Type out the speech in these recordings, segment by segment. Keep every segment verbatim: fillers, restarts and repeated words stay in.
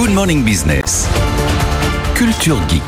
Good Morning Business. Culture Geek.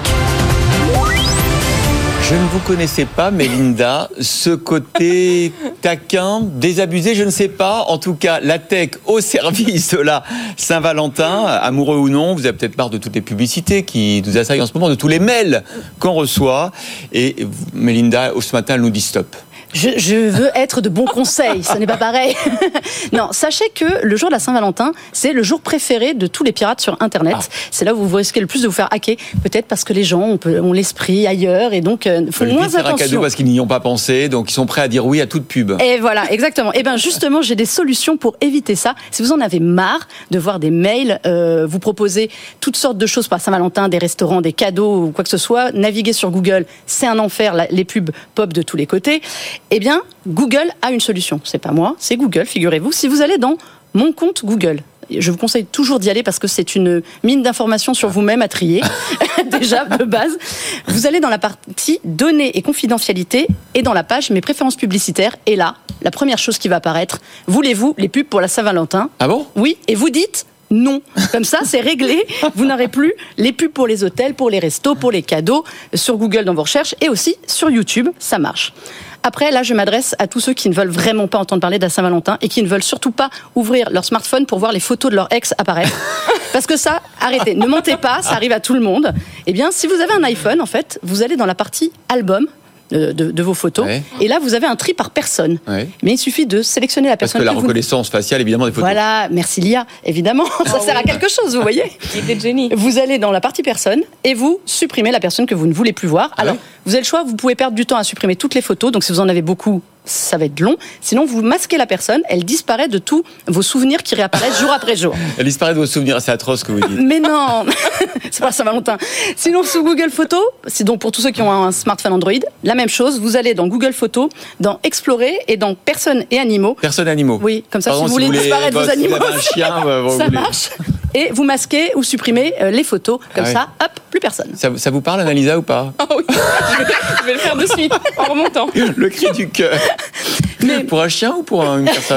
Je ne vous connaissais pas, Mélinda, ce côté taquin, désabusé, je ne sais pas. En tout cas, la tech au service de la Saint-Valentin, amoureux ou non, vous avez peut-être marre de toutes les publicités qui nous assaillent en ce moment, de tous les mails qu'on reçoit. Et Mélinda, ce matin, elle nous dit stop. Je, je veux être de bons conseils, ce n'est pas pareil. Non, sachez que le jour de la Saint-Valentin, c'est le jour préféré de tous les pirates sur Internet. Ah. C'est là où vous risquez le plus de vous faire hacker. Peut-être parce que les gens ont, ont l'esprit ailleurs et donc euh, font moins attention. Un cadeau parce qu'ils n'y ont pas pensé, donc ils sont prêts à dire oui à toute pub. Et voilà, exactement. Et bien justement, j'ai des solutions pour éviter ça. Si vous en avez marre de voir des mails, euh, vous proposer toutes sortes de choses par Saint-Valentin, des restaurants, des cadeaux ou quoi que ce soit, naviguez sur Google, c'est un enfer, la, les pubs pop de tous les côtés. Eh bien, Google a une solution. C'est pas moi, c'est Google, figurez-vous. Si vous allez dans mon compte Google, je vous conseille toujours d'y aller parce que c'est une mine d'informations sur vous-même à trier, déjà, de base. Vous allez dans la partie données et confidentialité et dans la page mes préférences publicitaires. Et là, la première chose qui va apparaître, voulez-vous les pubs pour la Saint-Valentin ? Ah bon ? Oui, et vous dites non. Comme ça, c'est réglé. Vous n'aurez plus les pubs pour les hôtels, pour les restos, pour les cadeaux, sur Google dans vos recherches et aussi sur YouTube. Ça marche. Après, là, je m'adresse à tous ceux qui ne veulent vraiment pas entendre parler de la Saint-Valentin et qui ne veulent surtout pas ouvrir leur smartphone pour voir les photos de leur ex apparaître. Parce que ça, arrêtez, ne mentez pas, ça arrive à tout le monde. Eh bien, si vous avez un iPhone, en fait, vous allez dans la partie album de, de, de vos photos, ouais. Et là, vous avez un tri par personne. Ouais. Mais il suffit de sélectionner la personne. Parce que la que reconnaissance vous... faciale, évidemment, des photos. Voilà, merci Lia, évidemment, ça oh, sert oui. à quelque chose, vous voyez. Il était génie. Vous allez dans la partie personne et vous supprimez la personne que vous ne voulez plus voir. Alors, ouais. Vous avez le choix, vous pouvez perdre du temps à supprimer toutes les photos, donc si vous en avez beaucoup, ça va être long. Sinon, vous masquez la personne, elle disparaît de tous vos souvenirs qui réapparaissent jour après jour. Elle disparaît de vos souvenirs, c'est atroce ce que vous dites. Mais non, c'est pas Saint-Valentin. Sinon, sous Google Photos, c'est donc pour tous ceux qui ont un smartphone Android, la même chose, vous allez dans Google Photos, dans Explorer et dans Personnes et animaux. Personnes et animaux. Oui, comme ça, Pardon, si vous si voulez disparaître bah, vos animaux, si un chien, bah, ça voulez. Marche. Et vous masquez ou supprimez euh, les photos. Comme ah ça, oui. Hop, plus personne. Ça, ça vous parle, Annalisa, ou pas ? Oh oui, je vais, je vais le faire de suite, en remontant. Le cri du cœur. Mais... Pour un chien ou pour une personne ?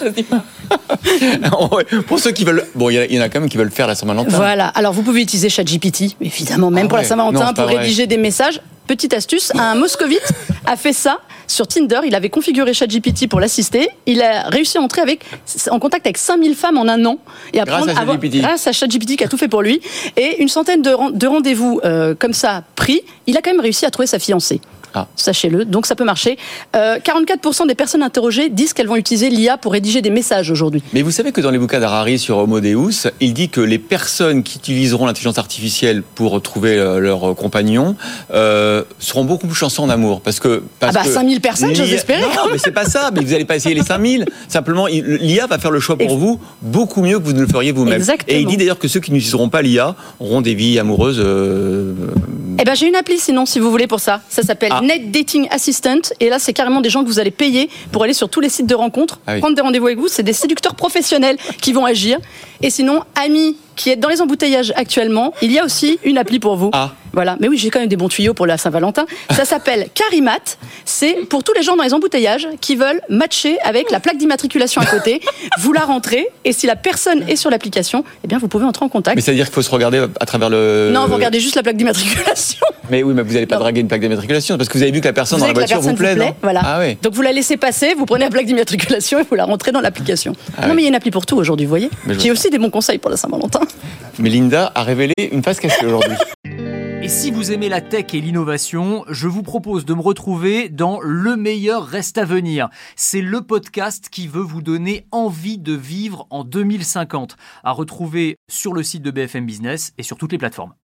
Pour ceux qui veulent... Bon, il y, y en a quand même qui veulent faire la Saint-Valentin. Voilà. Alors, vous pouvez utiliser ChatGPT, évidemment, même ah pour ouais. la Saint-Valentin, non, pour rédiger vrai. des messages. Petite astuce, un moscovite a fait ça sur Tinder. Il avait configuré ChatGPT pour l'assister. Il a réussi à entrer avec, en contact avec cinq mille femmes en un an. Et à grâce, prendre, à avoir, grâce à ChatGPT qui a tout fait pour lui. Et une centaine de, de rendez-vous euh, comme ça pris. Il a quand même réussi à trouver sa fiancée. Ah. Sachez-le, donc ça peut marcher. Euh, quarante-quatre pour cent des personnes interrogées disent qu'elles vont utiliser l'I A pour rédiger des messages aujourd'hui. Mais vous savez que dans les bouquins d'Harari sur Homo Deus, il dit que les personnes qui utiliseront l'intelligence artificielle pour trouver euh, leur compagnon euh, seront beaucoup plus chanceux en amour. Parce que, parce ah bah que cinq mille personnes, j'ose espérer. Non, mais c'est pas ça. Mais vous n'allez pas essayer les cinq mille. Simplement, l'I A va faire le choix pour Ex- vous beaucoup mieux que vous ne le feriez vous-même. Exactement. Et il dit d'ailleurs que ceux qui n'utiliseront pas l'I A auront des vies amoureuses... Euh, Eh ben j'ai une appli sinon si vous voulez pour ça. Ça s'appelle ah. Net Dating Assistant et là c'est carrément des gens que vous allez payer pour aller sur tous les sites de rencontres, ah oui. prendre des rendez-vous avec vous. C'est des séducteurs professionnels qui vont agir. Et sinon, amis qui êtes dans les embouteillages actuellement, il y a aussi une appli pour vous. Ah. Voilà. Mais oui, j'ai quand même des bons tuyaux pour la Saint-Valentin. Ça s'appelle Carimat. C'est pour tous les gens dans les embouteillages qui veulent matcher avec la plaque d'immatriculation à côté. Vous la rentrez et si la personne est sur l'application, eh bien vous pouvez entrer en contact. Mais ça veut dire qu'il faut se regarder à travers le... Non, vous regardez juste la plaque d'immatriculation. Mais oui, mais vous n'allez pas non. draguer une plaque d'immatriculation parce que vous avez vu que la personne vous dans la voiture vous plaît, vous plaît non voilà. Ah oui. Donc vous la laissez passer, vous prenez la plaque d'immatriculation et vous la rentrez dans l'application. Ah non oui. mais il y a une appli pour tout aujourd'hui, vous voyez. J'ai aussi des bons conseils pour la Saint-Valentin. Mélinda a révélé une face cachée aujourd'hui. Et si vous aimez la tech et l'innovation, je vous propose de me retrouver dans Le meilleur reste à venir. C'est le podcast qui veut vous donner envie de vivre en deux mille cinquante. À retrouver sur le site de B F M Business et sur toutes les plateformes.